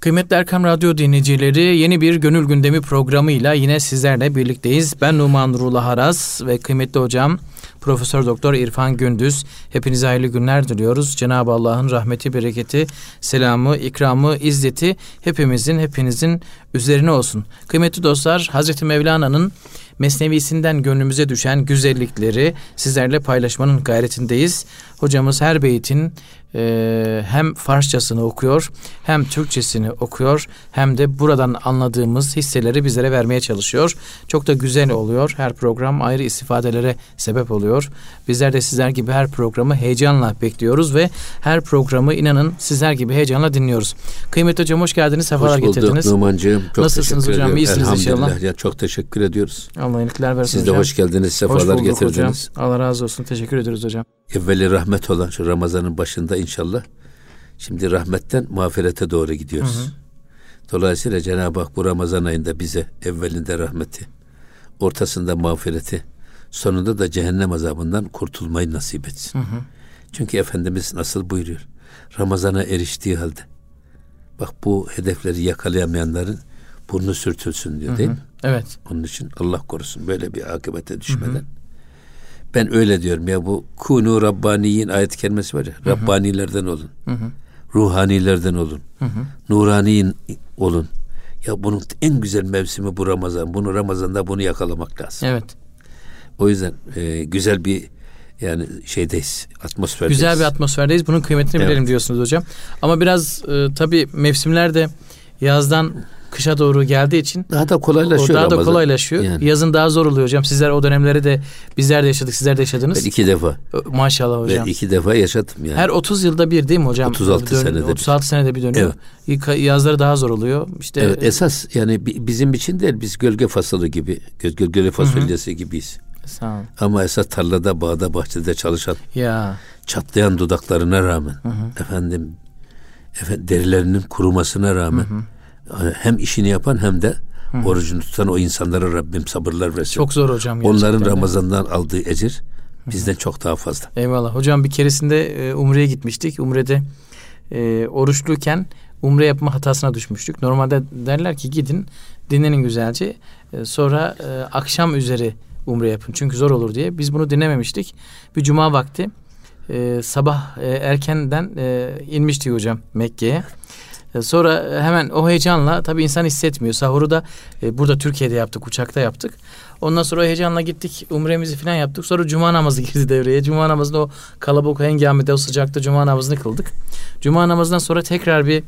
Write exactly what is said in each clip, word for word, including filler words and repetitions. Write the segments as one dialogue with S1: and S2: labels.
S1: Kıymetli Erkam Radyo dinleyicileri, yeni bir Gönül Gündemi programıyla yine sizlerle birlikteyiz. Ben Numan Nurullah Aras ve kıymetli hocam Profesör Doktor İrfan Gündüz. Hepinize hayırlı günler diliyoruz. Cenab-ı Allah'ın rahmeti, bereketi, selamı, ikramı, izzeti hepimizin, hepinizin üzerine olsun. Kıymetli dostlar, Hazreti Mevlana'nın Mesnevisinden gönlümüze düşen güzellikleri sizlerle paylaşmanın gayretindeyiz. Hocamız her beytin e, hem Farsçasını okuyor, hem Türkçesini okuyor, hem de buradan anladığımız hisseleri bizlere vermeye çalışıyor. Çok da güzel oluyor. Her program ayrı istifadelere sebep oluyor. Bizler de sizler gibi her programı heyecanla bekliyoruz ve her programı inanın sizler gibi heyecanla dinliyoruz. Kıymetli hocam, hoş geldiniz, sefalar getirdiniz.
S2: Hoş bulduk Numancığım. Çok
S1: Nasılsınız hocam?
S2: ediyorum.
S1: İyisiniz inşallah.
S2: Ya, çok teşekkür ediyoruz.
S1: Allah iyilikler versin
S2: Siz
S1: hocam.
S2: de hoş geldiniz, sefalar
S1: hoş
S2: getirdiniz.
S1: Hocam. Allah razı olsun. Teşekkür ediyoruz hocam.
S2: Evveli rahmet olan şu Ramazan'ın başında inşallah. Şimdi rahmetten mağfirete doğru gidiyoruz. Hı hı. Dolayısıyla Cenab-ı Hak bu Ramazan ayında bize evvelinde rahmeti, ortasında mağfireti, sonunda da cehennem azabından kurtulmayı nasip etsin. Hı hı. Çünkü Efendimiz nasıl buyuruyor? Ramazan'a eriştiği halde bak bu hedefleri yakalayamayanların burnu sürtülsün diyor, hı hı, değil mi?
S1: Evet.
S2: Onun için Allah korusun böyle bir akıbete düşmeden. Hı hı. Ben öyle diyorum ya, bu kunu rabbaniyin ayet-i kerimesi var ya, hı hı, Rabbanilerden olun. Hı hı. Ruhanilerden olun. Hı hı. Nuraniyin olun. Ya bunun en güzel mevsimi bu Ramazan. Bunu Ramazan'da bunu yakalamak lazım.
S1: Evet.
S2: O yüzden e, güzel bir yani şeydeyiz, atmosferdeyiz.
S1: Güzel bir atmosferdeyiz. Bunun kıymetini, evet, bilelim diyorsunuz hocam. Ama biraz e, tabii mevsimler de yazdan kışa doğru geldiği için
S2: daha da kolaylaşıyor.
S1: O daha
S2: Ramazan.
S1: da kolaylaşıyor. Yani. Yazın daha zor oluyor hocam. Sizler o dönemleri de bizler de yaşadık, sizler de yaşadınız.
S2: Ben iki defa.
S1: Maşallah hocam.
S2: Ben iki defa yaşadım yani.
S1: Her otuz yılda bir değil mi hocam?
S2: otuz altı
S1: Dön,
S2: senede
S1: otuz altı bir. senede bir dönüyor. Evet. Yazları daha zor oluyor. İşte
S2: evet, esas yani bizim için değil, biz gölge fasılı gibi, gölge fasulyesi, hı hı, gibiyiz.
S1: Sağ olun.
S2: Ama esas tarlada, bağda, bahçede çalışan, ya, çatlayan dudaklarına rağmen, hı hı, efendim, efendim derilerinin kurumasına rağmen, hı hı, hem işini yapan hem de, hı hı, orucunu tutan o insanlara Rabbim sabırlar versin.
S1: Çok zor hocam.
S2: Onların Ramazan'dan aldığı ecir bizden, hı hı, çok daha fazla.
S1: Eyvallah. Hocam bir keresinde e, Umre'ye gitmiştik. Umre'de e, oruçluyken Umre yapma hatasına düşmüştük. Normalde derler ki gidin, dinlenin güzelce. E, sonra e, akşam üzeri Umre yapın. Çünkü zor olur diye. Biz bunu dinlememiştik. Bir cuma vakti e, sabah e, erkenden e, inmişti hocam Mekke'ye. E, sonra hemen o heyecanla, tabii insan hissetmiyor. Sahuru da e, burada Türkiye'de yaptık, uçakta yaptık. Ondan sonra o heyecanla gittik, umremizi falan yaptık. Sonra cuma namazı girdi devreye. Cuma namazında o kalabalık hengamede, o sıcakta cuma namazını kıldık. Cuma namazından sonra tekrar bir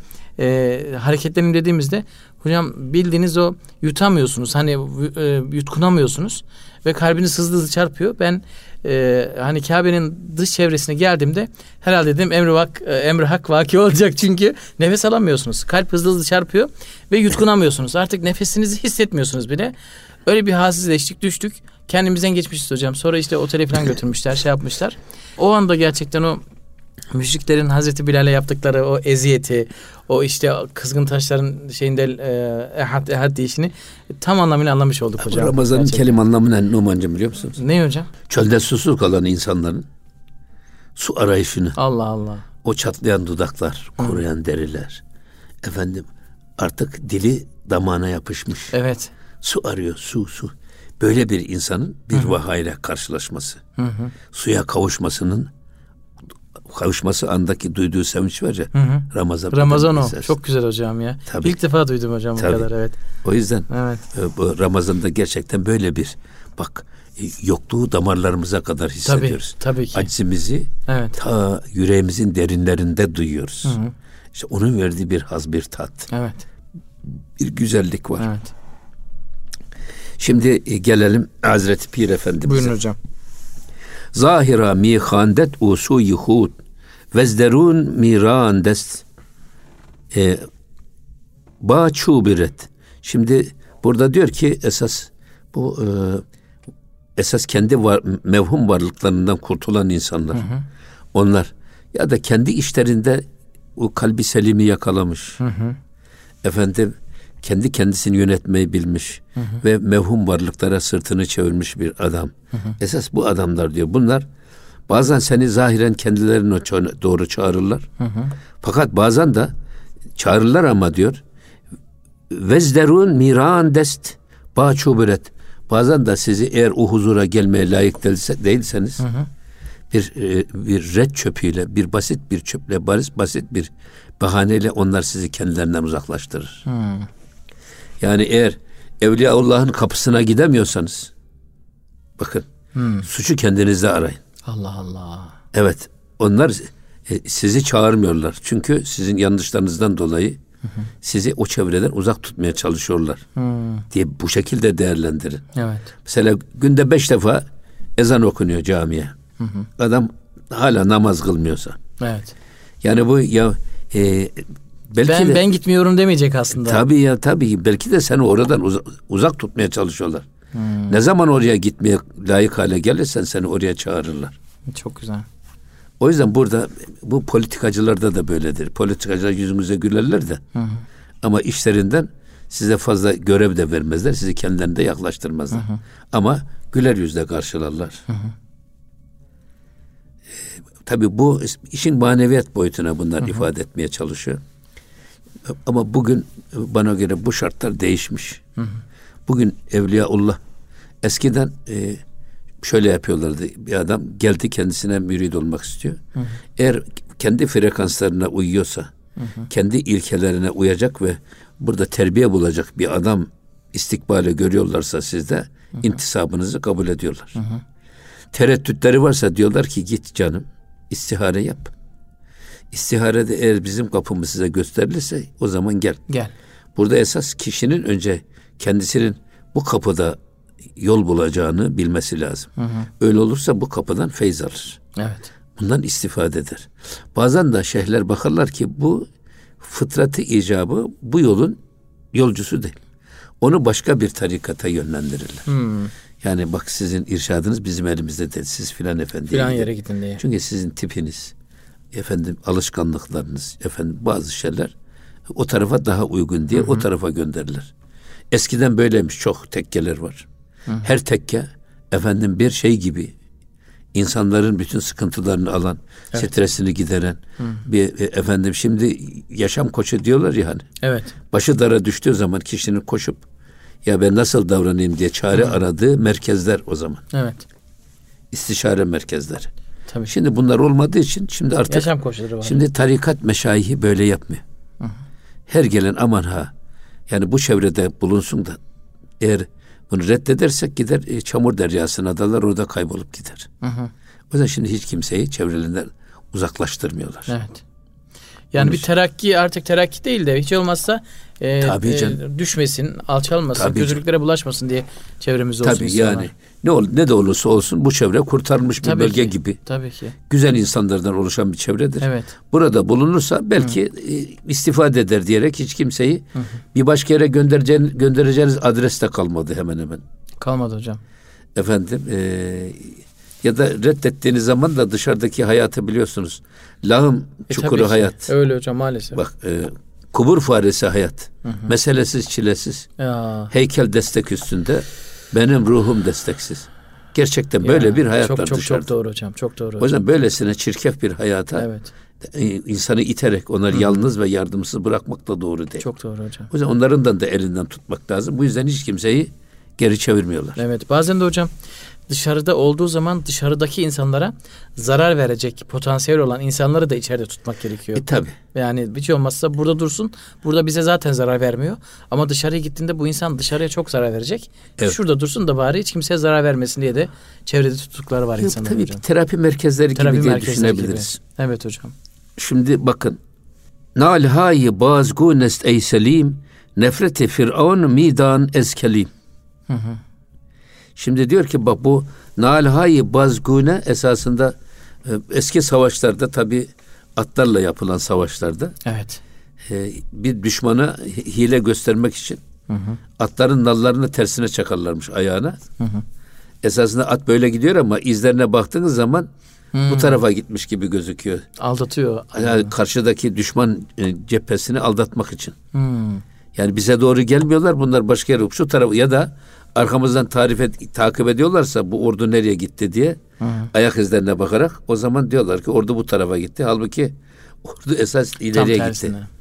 S1: e, hareketlerim dediğimizde hocam bildiğiniz o yutamıyorsunuz. Hani e, yutkunamıyorsunuz ve kalbiniz hızlı hızlı çarpıyor. Ben e, hani Kabe'nin dış çevresine geldiğimde herhalde dedim emri hak, emri hak vaki olacak, çünkü nefes alamıyorsunuz. Kalp hızlı hızlı çarpıyor ve yutkunamıyorsunuz. Artık nefesinizi hissetmiyorsunuz bile. Öyle bir halsizleştik, düştük. Kendimizden geçmişiz hocam. Sonra işte otele falan götürmüşler, şey yapmışlar. O anda gerçekten o müşriklerin Hazreti Bilal'e yaptıkları o eziyeti, o işte kızgın taşların şeyinde e, ehad ehad deyişini tam anlamıyla anlamış olduk hocam.
S2: Ramazan'ın
S1: gerçekten.
S2: kelime anlamı ne Numancığım, biliyor musunuz?
S1: Ne hocam?
S2: Çölde susuz kalan insanların su arayışını.
S1: Allah Allah.
S2: O çatlayan dudaklar, kuruyan, hı, deriler. Efendim artık dili damağına yapışmış.
S1: Evet.
S2: Su arıyor, su, su. Böyle bir insanın bir, hı, vahayla karşılaşması, hı hı, suya kavuşmasının kavuşması andaki duyduğu sevinç var ya, hı hı, Ramazan.
S1: Ramazan o. Çok güzel hocam ya.
S2: Tabii.
S1: İlk defa duydum hocam,
S2: tabii, bu
S1: kadar, evet.
S2: O yüzden, evet,
S1: bu
S2: Ramazan'da gerçekten böyle bir bak yokluğu damarlarımıza kadar hissediyoruz.
S1: Tabii, tabii ki.
S2: Acizimizi, evet, ta yüreğimizin derinlerinde duyuyoruz. Hı hı. İşte onun verdiği bir haz, bir tat.
S1: Evet.
S2: Bir güzellik var.
S1: Evet.
S2: Şimdi gelelim Hazreti Pir Efendimiz'e.
S1: Buyurun hocam.
S2: Zahira mi khandet usu yuhud vezderun miran dest e, ba çubiret. Şimdi burada diyor ki esas bu e, esas kendi var, mevhum varlıklarından kurtulan insanlar. Hı hı. Onlar ya da kendi işlerinde o kalbi selimi yakalamış. Hı hı. Efendim kendi kendisini yönetmeyi bilmiş, hı hı, ve mevhum varlıklara sırtını çevirmiş bir adam. Hı hı. Esas bu adamlar diyor. Bunlar bazen seni zahiren kendilerine doğru çağırırlar. Hı hı. Fakat bazen de çağırırlar ama diyor vezderun miran dest bağçuburet. Bazen de sizi eğer o huzura gelmeye layık değilse, değilseniz hı hı. bir e, bir red çöpüyle, bir basit bir çöple, basit basit bir bahaneyle onlar sizi kendilerinden uzaklaştırır. Hı. Yani eğer Evliyaullah'ın kapısına gidemiyorsanız bakın hı. suçu kendinizde arayın.
S1: Allah Allah.
S2: Evet, onlar e, sizi çağırmıyorlar. Çünkü sizin yanlışlarınızdan dolayı hı hı. sizi o çevreden uzak tutmaya çalışıyorlar. Hı. diye bu şekilde değerlendirin.
S1: Evet.
S2: Mesela günde beş defa ezan okunuyor camiye. Hı hı. Adam hala namaz kılmıyorsa.
S1: Evet.
S2: Yani bu ya e, belki
S1: ben
S2: de,
S1: ben gitmiyorum demeyecek aslında.
S2: Tabii ya tabii. Belki de seni oradan uzak, uzak tutmaya çalışıyorlar. Hmm. Ne zaman oraya gitmeye layık hale gelirsen seni oraya çağırırlar.
S1: Çok güzel.
S2: O yüzden burada bu politikacılarda da böyledir. Politikacılar yüzümüze gülerler de. Hı hı. Ama işlerinden size fazla görev de vermezler. Sizi kendilerine de yaklaştırmazlar. Hı hı. Ama güler yüzle karşılarlar. Hı hı. Ee, tabii bu işin maneviyat boyutuna bunlar hı hı. ifade etmeye çalışıyor. Ama bugün bana göre bu şartlar değişmiş. Hı hı. Bugün Evliyaullah eskiden e, şöyle yapıyorlardı. Bir adam geldi kendisine mürid olmak istiyor. Hı hı. Eğer kendi frekanslarına uyuyorsa, hı hı. kendi ilkelerine uyacak ve burada terbiye bulacak bir adam istikbali görüyorlarsa sizde hı hı. intisabınızı kabul ediyorlar. Hı hı. Tereddütleri varsa diyorlar ki git canım istihare yap. İstiharede eğer bizim kapımız size gösterilirse o zaman gel.
S1: Gel.
S2: Burada esas kişinin önce kendisinin bu kapıda yol bulacağını bilmesi lazım. Hı hı. Öyle olursa bu kapıdan feyz alır.
S1: Evet.
S2: Bundan istifade eder. Bazen de şeyhler bakarlar ki bu fıtratı icabı bu yolun yolcusu değil. Onu başka bir tarikata yönlendirirler. Hmm. Yani bak sizin irşadınız bizim elimizde değil. Siz filan efendiye
S1: filan yere gidin diye.
S2: Çünkü sizin tipiniz, efendim alışkanlıklarınız, efendim bazı şeyler o tarafa daha uygun diye hı hı. o tarafa gönderilir. Eskiden böyleymiş. Çok tekkeler var. Hı hı. Her tekke efendim bir şey gibi insanların bütün sıkıntılarını alan, evet. stresini gideren hı. bir efendim şimdi yaşam koçu diyorlar ya hani.
S1: Evet.
S2: Başı dara düştüğü zaman kişinin koşup ya ben nasıl davranayım diye çare hı. aradığı merkezler o zaman.
S1: Evet.
S2: İstişare merkezleri.
S1: Tabii.
S2: Şimdi bunlar olmadığı için şimdi artık
S1: yaşam koçları var.
S2: Şimdi tarikat meşayihi böyle yapmıyor. Hı hı. Her gelen aman ha yani bu çevrede bulunsun da eğer bunu reddedersek gider e, çamur deryasına dalar orada kaybolup gider. Hı hı. O yüzden şimdi hiç kimseyi çevrelerinden uzaklaştırmıyorlar.
S1: Evet. Yani bir terakki artık terakki değil de hiç olmazsa e, e, düşmesin, alçalmasın, kötülüklere bulaşmasın diye çevremizde olsun
S2: Tabii
S1: istiyorlar.
S2: yani ne ol ne de olursa olsun bu çevre kurtarılmış bir
S1: tabii
S2: bölge
S1: ki,
S2: gibi.
S1: Tabii ki.
S2: Güzel insanlardan oluşan bir çevredir.
S1: Evet.
S2: Burada bulunursa belki e, istifade eder diyerek hiç kimseyi hı hı. bir başka yere göndereceğiniz, göndereceğiniz adres de kalmadı hemen hemen.
S1: Kalmadı hocam.
S2: Efendim e, ya da reddettiğiniz zaman da dışarıdaki hayatı biliyorsunuz. Lağım
S1: e,
S2: çukuru hayat.
S1: Öyle hocam maalesef.
S2: Bak e, kubur faresi hayat. Hı hı. Meselesiz çilesiz. Ya. Heykel destek üstünde. Benim ruhum desteksiz. Gerçekten böyle ya, bir hayat
S1: çok,
S2: var
S1: çok,
S2: dışarıda.
S1: Çok doğru hocam. Çok doğru hocam.
S2: O yüzden böylesine çirkef bir hayata
S1: evet.
S2: insanı iterek onları hı. yalnız ve yardımsız bırakmak da doğru değil.
S1: Çok doğru hocam.
S2: O yüzden onların da elinden tutmak lazım. Bu yüzden hiç kimseyi geri çevirmiyorlar.
S1: Evet. Bazen de hocam dışarıda olduğu zaman dışarıdaki insanlara zarar verecek potansiyel olan insanları da içeride tutmak gerekiyor.
S2: E tabi.
S1: Yani bir şey olmazsa burada dursun. Burada bize zaten zarar vermiyor. Ama dışarıya gittiğinde bu insan dışarıya çok zarar verecek. Evet. Şurada dursun da bari hiç kimseye zarar vermesin diye de çevrede tuttukları var insanlar
S2: tabii
S1: hocam.
S2: Terapi merkezleri
S1: terapi
S2: gibi diye
S1: merkezleri
S2: düşünebiliriz.
S1: Gibi. Evet hocam.
S2: Şimdi bakın. Nalhayi bazgunest ey selim nefreti firavun midan ezkelim. Hı hı. Şimdi diyor ki bak bu nalhayi bazgune esasında e, eski savaşlarda tabi atlarla yapılan savaşlarda
S1: evet.
S2: e, bir düşmana hile göstermek için hı hı. atların nallarını tersine çakarlarmış ayağına. Hı hı. Esasında at böyle gidiyor ama izlerine baktığınız zaman hı. bu tarafa gitmiş gibi gözüküyor.
S1: Aldatıyor.
S2: Yani karşıdaki düşman e, cephesini aldatmak için.
S1: Hı.
S2: Yani bize doğru gelmiyorlar bunlar başka yere şu tarafı ya da arkamızdan tarif et, takip ediyorlarsa bu ordu nereye gitti diye hı hı. ayak izlerine bakarak o zaman diyorlar ki ordu bu tarafa gitti. Halbuki ordu esas ileriye gitti.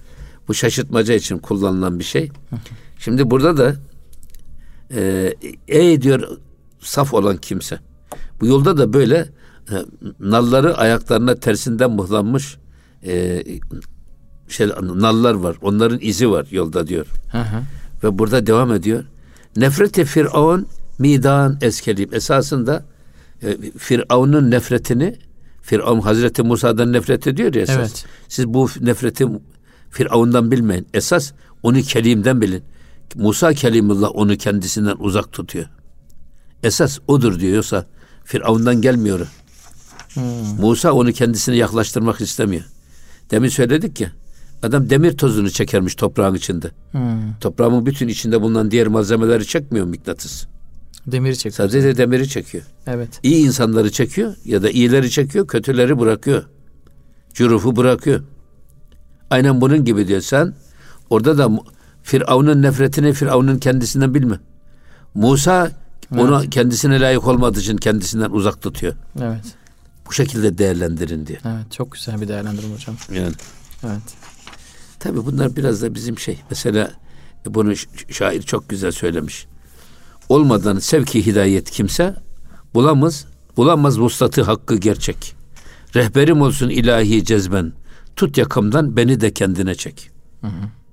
S2: Bu şaşırtmaca için kullanılan bir şey. Şimdi burada da e, ey diyor saf olan kimse. Bu yolda da böyle e, nalları ayaklarına tersinden mıhlanmış e, şey, nallar var. Onların izi var yolda diyor. Hı hı. Ve burada devam ediyor. Nefreti Firavun midan eskelim. Esasında e, Firavun'un nefretini, Firavun Hazreti Musa'dan nefret ediyor ya esas. Evet. Siz bu nefreti Firavun'dan bilmeyin. Esas onu Kelim'den bilin. Musa Kelimullah onu kendisinden uzak tutuyor. Esas odur diyor. Yoksa Firavun'dan gelmiyor. Hmm. Musa onu kendisine yaklaştırmak istemiyor. Demin söyledik ya. Adam demir tozunu çekermiş toprağın içinde. Hmm. Toprağın bütün içinde bulunan diğer malzemeleri çekmiyor mıknatıs.
S1: Demiri çekiyor.
S2: Sadece demiri çekiyor.
S1: Evet.
S2: İyi insanları çekiyor ya da iyileri çekiyor, kötüleri bırakıyor. Cürufu bırakıyor. Aynen bunun gibi diyor. Sen orada da Firavun'un nefretini Firavun'un kendisinden bilme. Musa evet. Onu kendisine layık olmadığı için kendisinden uzak tutuyor.
S1: Evet.
S2: Bu şekilde değerlendirin diyor.
S1: Evet, çok güzel bir değerlendirme hocam.
S2: Yani.
S1: Evet.
S2: Tabii bunlar biraz da bizim şey. Mesela bunu şair çok güzel söylemiş. Olmadan sevki hidayet kimse bulamaz, bulamaz vuslatı hakkı gerçek. Rehberim olsun ilahi cezben. Tut yakamdan beni de kendine çek. Hı hı.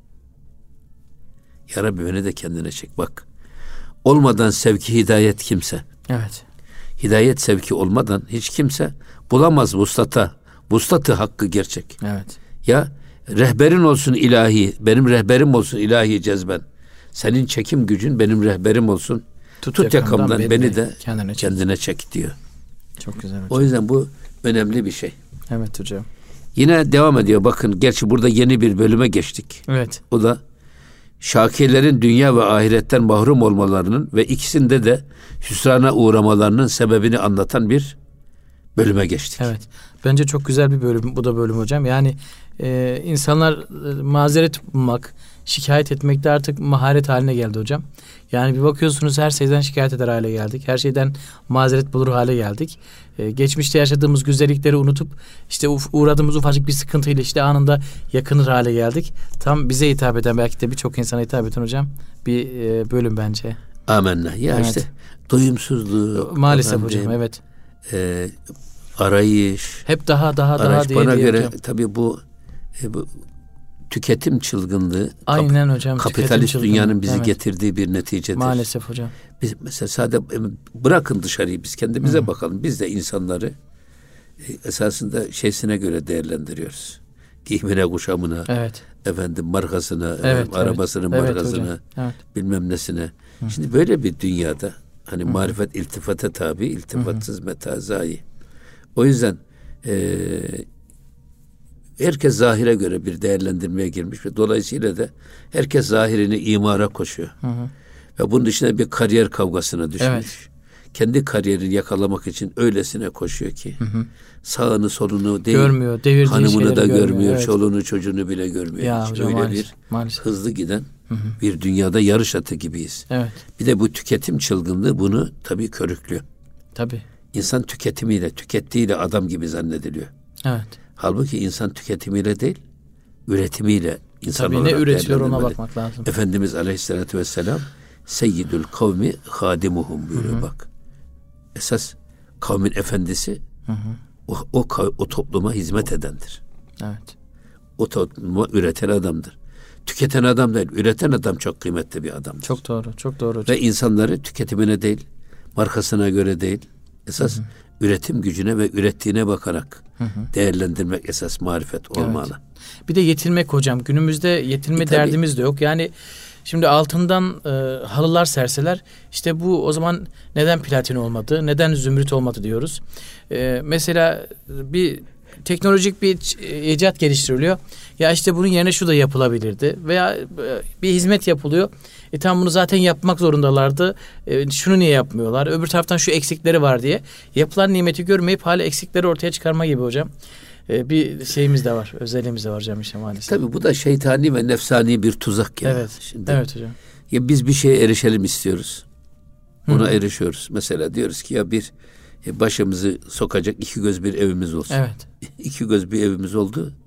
S2: Ya Rabbi beni de kendine çek. Bak. Olmadan sevki hidayet kimse.
S1: Evet.
S2: Hidayet sevki olmadan hiç kimse bulamaz vuslata. Vuslatı hakkı gerçek.
S1: Evet.
S2: Ya rehberin olsun ilahi, benim rehberim olsun ilahi cezben. Senin çekim gücün benim rehberim olsun. Tut, Tut yakamdan, yakamdan beni, beni de kendine çek. kendine çek diyor.
S1: Çok güzel hocam.
S2: O yüzden bu önemli bir şey.
S1: Evet hocam.
S2: Yine devam ediyor. Bakın gerçi burada yeni bir bölüme geçtik.
S1: Evet.
S2: O da şakirlerin dünya ve ahiretten mahrum olmalarının ve ikisinde de hüsrana uğramalarının sebebini anlatan bir bölüme geçtik.
S1: Evet. Bence çok güzel bir bölüm bu da bölüm hocam. Yani e, insanlar e, mazeret bulmak, şikayet etmekte artık maharet haline geldi hocam. Yani bir bakıyorsunuz her şeyden şikayet eder hale geldik. Her şeyden mazeret bulur hale geldik. Ee, geçmişte yaşadığımız güzellikleri unutup işte uğradığımız ufacık bir sıkıntıyla işte anında yakınır hale geldik. Tam bize hitap eden, belki de birçok insana hitap eden hocam bir e, bölüm bence.
S2: Amenna. Ya evet. işte doyumsuzluğu.
S1: Maalesef efendim, hocam evet.
S2: E, arayış.
S1: Hep daha daha
S2: arayış,
S1: daha diye.
S2: Bana
S1: diye
S2: göre
S1: hocam.
S2: Tabii bu, e, bu tüketim çılgınlığı.
S1: Aynen kap- hocam.
S2: Kapitalist dünyanın bizi evet. getirdiği bir neticedir.
S1: Maalesef hocam.
S2: Biz mesela sadece bırakın dışarıyı, biz kendimize Hı. bakalım. Biz de insanları e, esasında şeysine göre değerlendiriyoruz. Giyimine, kuşamına, evet. efendim markasına, evet, efendim, evet. arabasının evet, markasına, evet. bilmem nesine. Hı. Şimdi böyle bir dünyada hani Hı. marifet iltifata tabi, iltifatsız meta zayi. O yüzden eee herkes zahire göre bir değerlendirmeye girmiş ve dolayısıyla da herkes zahirini imara koşuyor. Hı hı. Ve bunun dışında bir kariyer kavgasına düşmüş. Evet. Kendi kariyerini yakalamak için öylesine koşuyor ki hı hı. sağını solunu değil,
S1: görmüyor,
S2: hanımını da görmüyor, görmüyor evet. çoluğunu çocuğunu bile görmüyor.
S1: Ya hocam,
S2: öyle
S1: maalesef,
S2: bir
S1: maalesef.
S2: hızlı giden hı hı. bir dünyada yarış atı gibiyiz.
S1: Evet.
S2: Bir de bu tüketim çılgınlığı bunu tabii körüklüyor.
S1: Tabii.
S2: İnsan tüketimiyle, tükettiğiyle adam gibi zannediliyor.
S1: Evet.
S2: Halbuki insan tüketimiyle değil, üretimiyle insan
S1: Tabii
S2: olarak
S1: ne üretiyor ona bakmak lazım.
S2: Efendimiz Aleyhisselatü Vesselam seyyidül kavmi hadimuhum buyuruyor. Hı hı. Bak. Esas kavmin efendisi hı hı. O, o, o topluma hizmet edendir.
S1: Evet.
S2: O topluma üreten adamdır. Tüketen adam değil, üreten adam çok kıymetli bir adamdır.
S1: Çok doğru, çok doğru hocam.
S2: Ve insanları tüketimine değil, markasına göre değil, esas hı hı. üretim gücüne ve ürettiğine bakarak hı hı. değerlendirmek esas marifet olmalı.
S1: Evet. Bir de yetinmek hocam. Günümüzde yetinme e, derdimiz de yok. Yani şimdi altından e, halılar serseler, işte bu o zaman neden platin olmadı, neden zümrüt olmadı diyoruz. E, mesela bir teknolojik bir icat geliştiriliyor. Ya işte bunun yerine şu da yapılabilirdi veya bir hizmet yapılıyor. E tam bunu zaten yapmak zorundalardı. E, şunu niye yapmıyorlar? Öbür taraftan şu eksikleri var diye. Yapılan nimeti görmeyip hala eksikleri ortaya çıkarma gibi hocam. E, bir şeyimiz de var. Özelliğimiz de var hocam işte maalesef.
S2: Tabii bu da şeytani ve nefsani bir tuzak ya.
S1: Evet.
S2: Şimdi,
S1: evet hocam.
S2: Ya biz bir şeye erişelim istiyoruz. Ona Hı. erişiyoruz. Mesela diyoruz ki ya bir başımızı sokacak iki göz bir evimiz olsun.
S1: Evet.
S2: İki göz bir evimiz oldu.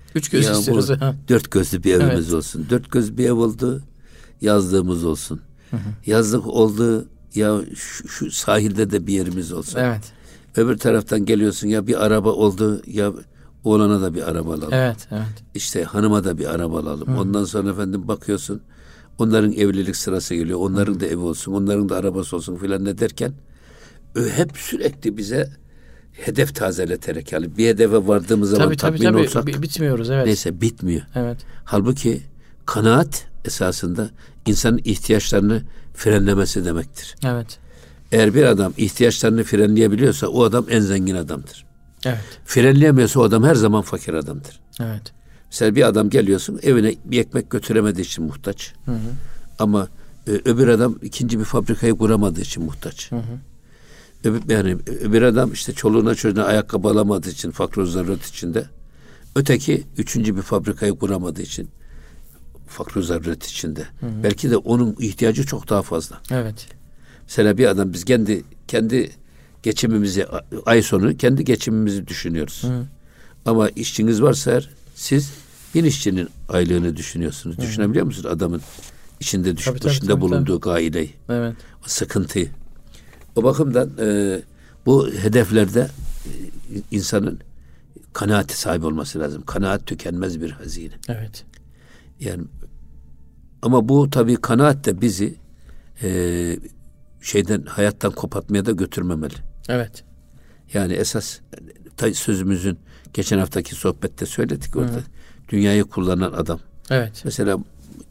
S1: Üç göz istiyoruz.
S2: Dört gözlü bir evimiz
S1: Evet.
S2: olsun. Dört gözlü bir ev oldu. Yazlığımız olsun. Hı hı. Yazlık oldu. Ya şu, şu sahilde de bir yerimiz olsun.
S1: Evet.
S2: Öbür taraftan geliyorsun, ya bir araba oldu, ya oğlana da bir araba alalım.
S1: Evet, evet.
S2: İşte hanıma da bir araba alalım. Hı. Ondan sonra efendim bakıyorsun, onların evlilik sırası geliyor. Onların Hı. da evi olsun, onların da arabası olsun filan ne derken hep sürekli bize hedef tazeleterek, yani bir hedefe vardığımız zaman
S1: tabii,
S2: tatmin
S1: tabii,
S2: olsak
S1: tabii. Bitmiyoruz, evet.
S2: Neyse bitmiyor.
S1: Evet.
S2: Halbuki kanaat esasında insanın ihtiyaçlarını frenlemesi demektir.
S1: Evet.
S2: Eğer bir adam ihtiyaçlarını frenleyebiliyorsa o adam en zengin adamdır.
S1: Evet.
S2: Frenleyemiyorsa o adam her zaman fakir adamdır.
S1: Evet.
S2: Mesela bir adam geliyorsun, evine bir ekmek götüremediği için muhtaç. Hı hı. Ama e, öbür adam ikinci bir fabrikayı kuramadığı için muhtaç. Hı hı. Öbür, yani öbür adam işte çoluğuna çocuğuna ayakkabı alamadığı için, fakr-ı zaruret içinde. Öteki üçüncü bir fabrikayı kuramadığı için, fakr-ı zaruret içinde. Hı hı. Belki de onun ihtiyacı çok daha fazla.
S1: Evet.
S2: Mesela bir adam, biz kendi kendi geçimimizi, ay sonu kendi geçimimizi düşünüyoruz. Hı. Ama işçiniz varsa eğer, siz bir işçinin aylığını düşünüyorsunuz. Hı. Düşünebiliyor musunuz adamın içinde düş, tabii, içinde tabii, bulunduğu tabii. gaileyi,
S1: evet.
S2: o sıkıntıyı. O bakımdan e, bu hedeflerde e, insanın kanaati sahibi olması lazım. Kanaat tükenmez bir hazine.
S1: Evet.
S2: Yani ama bu tabii kanaat de bizi e, şeyden, hayattan kopartmaya da götürmemeli. Evet. Yani esas sözümüzün geçen haftaki sohbette söyledik orada. Hı. Dünyayı kullanan adam.
S1: Evet.
S2: Mesela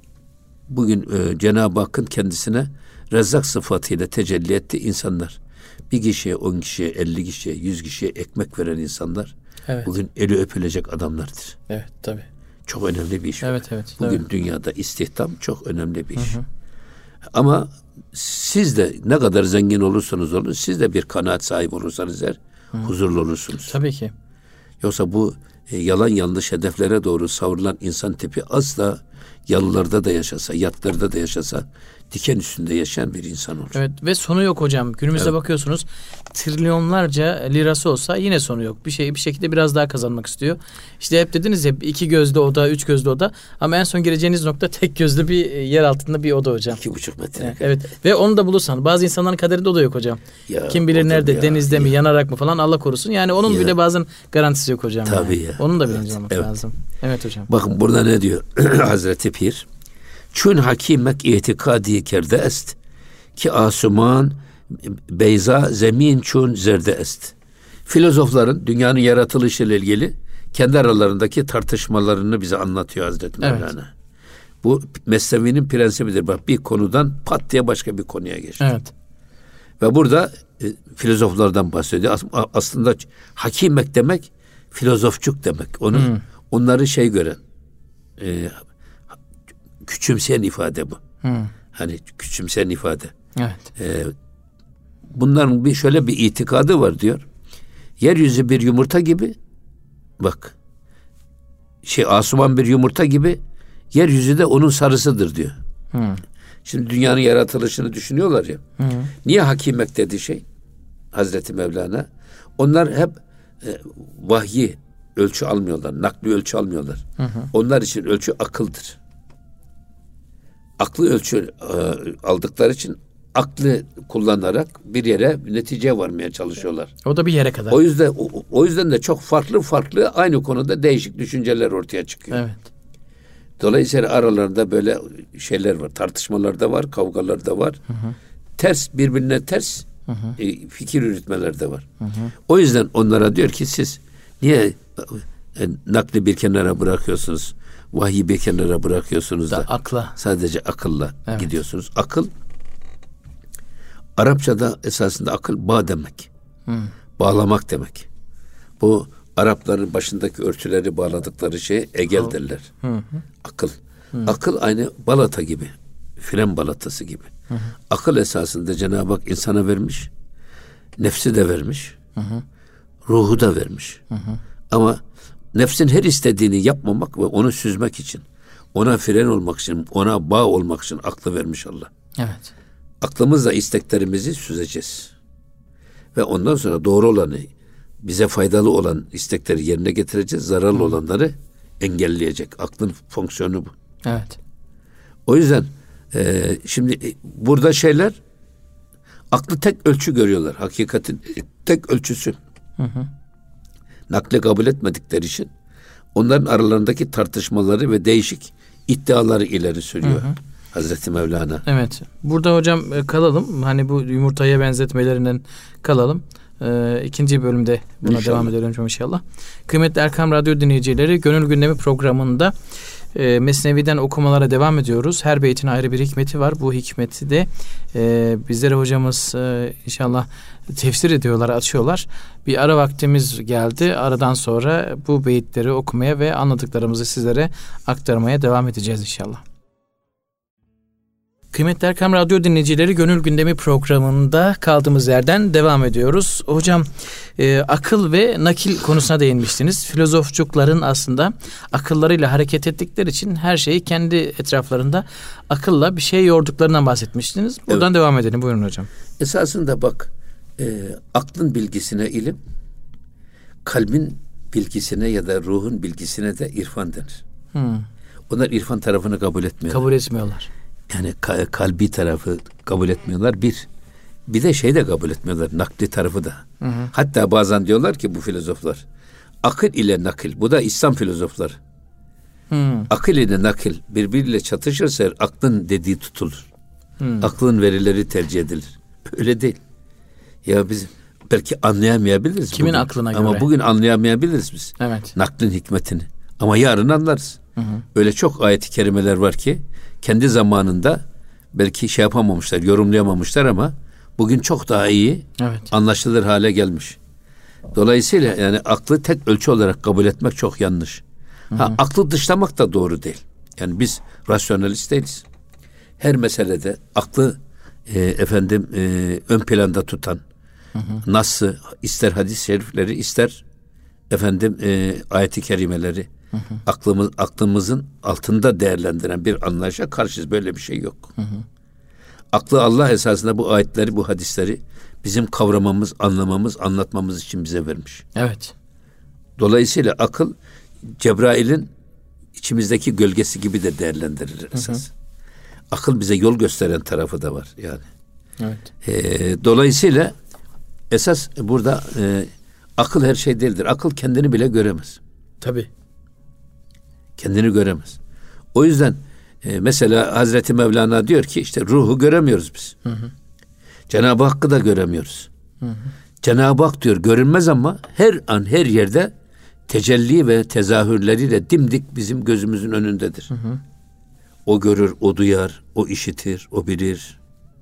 S2: bugün e, Cenab-ı Hakk'ın kendisine Rezzak sıfatıyla tecelli etti insanlar. Bir kişiye, on kişiye, elli kişiye, yüz kişiye ekmek veren insanlar evet. bugün eli öpülecek adamlardır.
S1: Evet, tabii.
S2: Çok önemli bir iş.
S1: Evet, evet.
S2: Bugün
S1: tabii. Dünyada
S2: istihdam çok önemli bir iş. Hı hı. Ama siz de ne kadar zengin olursanız olun, siz de bir kanaat sahibi olursanız eğer hı. huzurlu olursunuz.
S1: Tabii ki.
S2: Yoksa bu e, yalan yanlış hedeflere doğru savrulan insan tipi asla yalılarda da yaşasa, yatlarda da yaşasa diken üstünde yaşayan bir insan olur.
S1: Evet, ve sonu yok hocam. Günümüzde
S2: evet.
S1: bakıyorsunuz, trilyonlarca lirası olsa yine sonu yok. Bir şey bir şekilde biraz daha kazanmak istiyor. İşte hep dediniz ya, iki gözlü oda, üç gözlü oda, ama en son gireceğiniz nokta tek gözlü bir yer altında bir oda hocam.
S2: İki buçuk metre.
S1: Evet, evet. Ve onu da bulursan, bazı insanların kaderinde o da yok hocam. Ya, kim bilir nerede, ya, denizde ya. mi, yanarak mı falan, Allah korusun. Yani onun ya. bile bazen garantisi yok hocam.
S2: Tabii
S1: yani.
S2: ya.
S1: Onun da bilinci
S2: evet.
S1: olmak
S2: evet.
S1: lazım. Evet hocam.
S2: Bakın burada ne diyor Hazreti Pir? Çün hakimek itikadi kerde est ki asuman beyza zemin çün zerde est. Filozofların dünyanın yaratılışı ile ilgili kendi aralarındaki tartışmalarını bize anlatıyor Hazreti Mevlana. Evet. Bu Mesnevi'nin prensibidir. Bak, bir konudan pat diye başka bir konuya geçiyor.
S1: Evet.
S2: Ve burada e, filozoflardan bahsediyor. As, aslında hakimek demek filozofçuk demek. Onu hmm. onları şey gören, e, küçümseyen ifade bu. Hmm. Hani küçümseyen ifade.
S1: Evet.
S2: Ee, bunların bir şöyle bir itikadı var diyor. Yeryüzü bir yumurta gibi, bak, şey asuman bir yumurta gibi, yeryüzü de onun sarısıdır diyor. Hmm. Şimdi dünyanın yaratılışını düşünüyorlar ya. Hmm. Niye hakimek dedi şey Hazreti Mevlana? Onlar hep e, vahyi ölçü almıyorlar, nakli ölçü almıyorlar. Hı hı. Onlar için ölçü akıldır. Aklı ölçü e, aldıkları için aklı kullanarak bir yere, bir neticeye varmaya çalışıyorlar.
S1: O da bir yere kadar.
S2: O yüzden o, o yüzden de çok farklı farklı aynı konuda değişik düşünceler ortaya çıkıyor.
S1: Evet.
S2: Dolayısıyla aralarında böyle şeyler var, tartışmalar da var, kavgalar da var. Hı hı. Ters, birbirine ters hı hı. E, fikir yürütmeler de var. Hı hı. O yüzden onlara diyor ki siz niye e, nakli bir kenara bırakıyorsunuz? Vahyi bir kenara bırakıyorsunuz da, da
S1: akla.
S2: Sadece akılla
S1: evet.
S2: gidiyorsunuz. Akıl, Arapçada esasında akıl bağ demek. Hmm. Bağlamak demek. Bu Arapların başındaki örtüleri bağladıkları şey egel oh. derler. Hmm. Akıl. Hmm. Akıl aynı balata gibi. Fren balatası gibi. Hmm. Akıl esasında Cenab-ı Hak insana vermiş. Nefsi de vermiş. Hmm. Ruhu da vermiş. Hmm. Ama nefsin her istediğini yapmamak ve onu süzmek için, ona fren olmak için, ona bağ olmak için aklı vermiş Allah.
S1: Evet.
S2: Aklımızla isteklerimizi süzeceğiz. Ve ondan sonra doğru olanı, bize faydalı olan istekleri yerine getireceğiz. Zararlı Hı. olanları engelleyecek. Aklın fonksiyonu bu.
S1: Evet.
S2: O yüzden e, şimdi burada şeyler aklı tek ölçü görüyorlar. Hakikatin tek ölçüsü. Hı hı. Nakle kabul etmedikleri için onların aralarındaki tartışmaları ve değişik iddiaları ileri sürüyor. Hı hı. Hazreti Mevlana.
S1: Evet. Burada hocam kalalım. Hani bu yumurtaya benzetmelerinden kalalım. Ee, ikinci bölümde buna inşallah devam edelim inşallah. Kıymetli Erkam Radyo dinleyicileri, Gönül Gündemi programında e, Mesnevi'den okumalara devam ediyoruz. Her beytin ayrı bir hikmeti var. Bu hikmeti de e, bizlere hocamız e, inşallah tefsir ediyorlar, açıyorlar. Bir ara vaktimiz geldi. Aradan sonra bu beyitleri okumaya ve anladıklarımızı sizlere aktarmaya devam edeceğiz inşallah. Kıymetli Erkam Radyo dinleyicileri, Gönül Gündemi programında kaldığımız yerden devam ediyoruz. Hocam e, akıl ve nakil konusuna değinmiştiniz. Filozofçukların aslında akıllarıyla hareket ettikleri için her şeyi kendi etraflarında akılla bir şey yorduklarından bahsetmiştiniz. Buradan evet, devam edelim. Buyurun hocam.
S2: Esasında bak, e, aklın bilgisine ilim, kalbin bilgisine ya da ruhun bilgisine de irfan denir. Hmm. Onlar irfan tarafını kabul etmiyorlar. Kabul etmiyorlar. Yani kalbi tarafı kabul etmiyorlar. Bir, bir de şey de kabul etmiyorlar. Nakli tarafı da. Hı hı. Hatta bazen diyorlar ki bu filozoflar, akıl ile nakil. Bu da İslam filozofları. Hı. Akıl ile nakil birbiriyle çatışırsa aklın dediği tutulur. Hı. Aklın verileri tercih edilir. Öyle değil. Ya biz belki anlayamayabiliriz. Kimin bugün aklına göre? Ama bugün anlayamayabiliriz biz. Evet. Naklin hikmetini. Ama yarın anlarız. Hı hı. Öyle çok ayet-i kerimeler var ki kendi zamanında belki şey yapamamışlar, yorumlayamamışlar ama bugün çok daha iyi, evet, anlaşılır hale gelmiş. Dolayısıyla yani aklı tek ölçü olarak kabul etmek çok yanlış. Hı hı. Ha, aklı dışlamak da doğru değil. Yani biz rasyonalist değiliz. Her meselede aklı e, efendim e, ön planda tutan, hı hı, nasıl ister hadis-i şerifleri ister efendim e, ayet-i kerimeleri, hı hı, aklımız aklımızın altında değerlendiren bir anlayışa karşıyız. Böyle bir şey yok. Hı hı. Aklı Allah esasında bu ayetleri, bu hadisleri bizim kavramamız, anlamamız, anlatmamız için bize vermiş. Evet. Dolayısıyla akıl Cebrail'in içimizdeki gölgesi gibi de değerlendirilir esas. Hı hı. Akıl bize yol gösteren tarafı da var yani. Evet. Ee, dolayısıyla esas burada e, akıl her şey değildir. Akıl kendini bile göremez. Tabii. Kendini göremez. O yüzden e, mesela Hazreti Mevlana diyor ki işte ruhu göremiyoruz biz. Hı hı. Cenab-ı Hakk'ı da göremiyoruz. Hı hı. Cenab-ı Hak diyor görünmez ama her an her yerde tecelli ve tezahürleriyle dimdik bizim gözümüzün önündedir. Hı hı. O görür, o duyar, o işitir, o bilir.